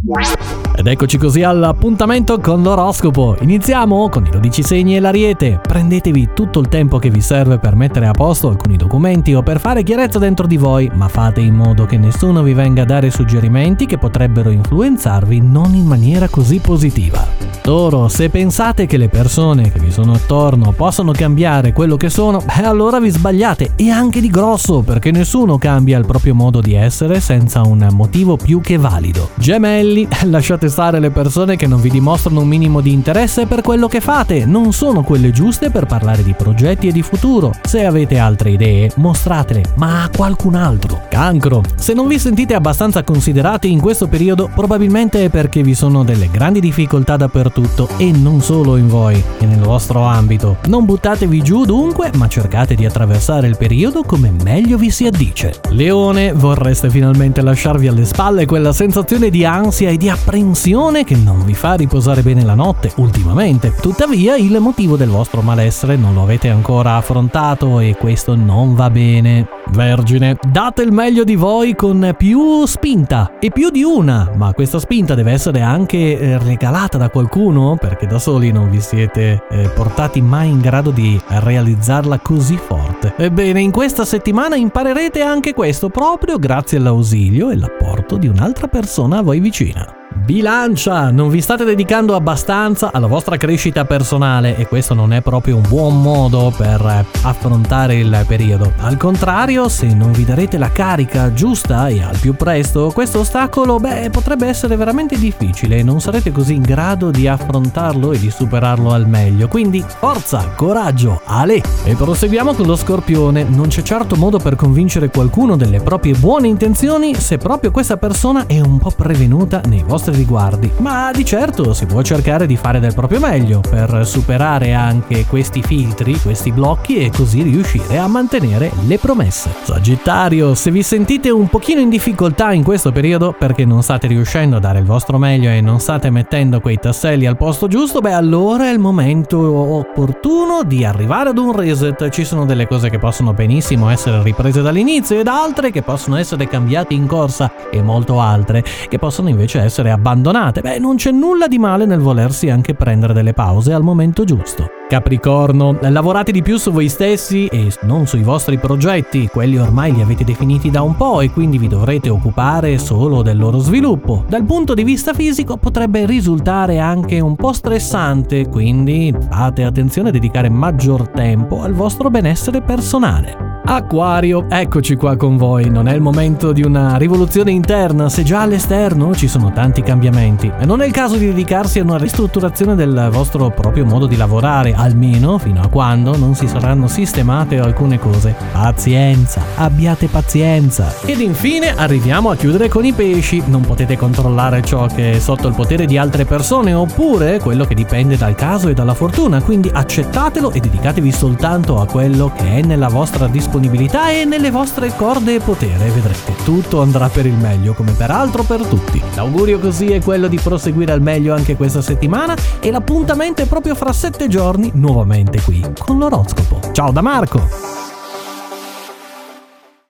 Ed eccoci così all'appuntamento con l'oroscopo. Iniziamo con i 12 segni e l'Ariete. Prendetevi tutto il tempo che vi serve per mettere a posto alcuni documenti o per fare chiarezza dentro di voi, ma fate in modo che nessuno vi venga a dare suggerimenti che potrebbero influenzarvi non in maniera così positiva. Toro, se pensate che le persone che vi sono attorno possano cambiare quello che sono, allora vi sbagliate, e anche di grosso, perché nessuno cambia il proprio modo di essere senza un motivo più che valido. Gemelli, lasciate stare le persone che non vi dimostrano un minimo di interesse per quello che fate, non sono quelle giuste per parlare di progetti e di futuro. Se avete altre idee, mostratele, ma a qualcun altro. Cancro, se non vi sentite abbastanza considerati in questo periodo, probabilmente è perché vi sono delle grandi difficoltà dappertutto, e non solo in voi e nel vostro ambito. Non buttatevi giù dunque, ma cercate di attraversare il periodo come meglio vi si addice. Leone, vorreste finalmente lasciarvi alle spalle quella sensazione di ansia e di apprensione che non vi fa riposare bene la notte ultimamente. Tuttavia, il motivo del vostro malessere non lo avete ancora affrontato e questo non va bene. Vergine, date il meglio di voi con più spinta, e più di una, ma questa spinta deve essere anche regalata da qualcuno, perché da soli non vi siete portati mai in grado di realizzarla così forte. Ebbene, in questa settimana imparerete anche questo proprio grazie all'ausilio e l'apporto di un'altra persona a voi vicina. Bilancia, non vi state dedicando abbastanza alla vostra crescita personale e questo non è proprio un buon modo per affrontare il periodo. Al contrario, se non vi darete la carica giusta e al più presto, questo ostacolo potrebbe essere veramente difficile e non sarete così in grado di affrontarlo e di superarlo al meglio. Quindi forza, coraggio, ale! E proseguiamo con lo Scorpione. Non c'è certo modo per convincere qualcuno delle proprie buone intenzioni se proprio questa persona è un po' prevenuta nei vostri riguardi, ma di certo si può cercare di fare del proprio meglio per superare anche questi filtri, questi blocchi, e così riuscire a mantenere le promesse. Sagittario, se vi sentite un pochino in difficoltà in questo periodo perché non state riuscendo a dare il vostro meglio e non state mettendo quei tasselli al posto giusto, allora è il momento opportuno di arrivare ad un reset. Ci sono delle cose che possono benissimo essere riprese dall'inizio ed altre che possono essere cambiate in corsa e molto altre che possono invece essere abbandonate. Non c'è nulla di male nel volersi anche prendere delle pause al momento giusto. Capricorno, lavorate di più su voi stessi e non sui vostri progetti, quelli ormai li avete definiti da un po' e quindi vi dovrete occupare solo del loro sviluppo. Dal punto di vista fisico potrebbe risultare anche un po' stressante, quindi fate attenzione a dedicare maggior tempo al vostro benessere personale. Acquario, eccoci qua con voi. Non è il momento di una rivoluzione interna, se già all'esterno ci sono tanti cambiamenti. E non è il caso di dedicarsi a una ristrutturazione del vostro proprio modo di lavorare, almeno fino a quando non si saranno sistemate alcune cose. Pazienza, abbiate pazienza. Ed infine arriviamo a chiudere con i pesci. Non potete controllare ciò che è sotto il potere di altre persone, oppure quello che dipende dal caso e dalla fortuna, quindi accettatelo e dedicatevi soltanto a quello che è nella vostra disponibilità e nelle vostre corde e potere. Vedrete, tutto andrà per il meglio, come peraltro per tutti. L'augurio così è quello di proseguire al meglio anche questa settimana e l'appuntamento è proprio fra 7 giorni nuovamente qui con l'oroscopo. Ciao da Marco!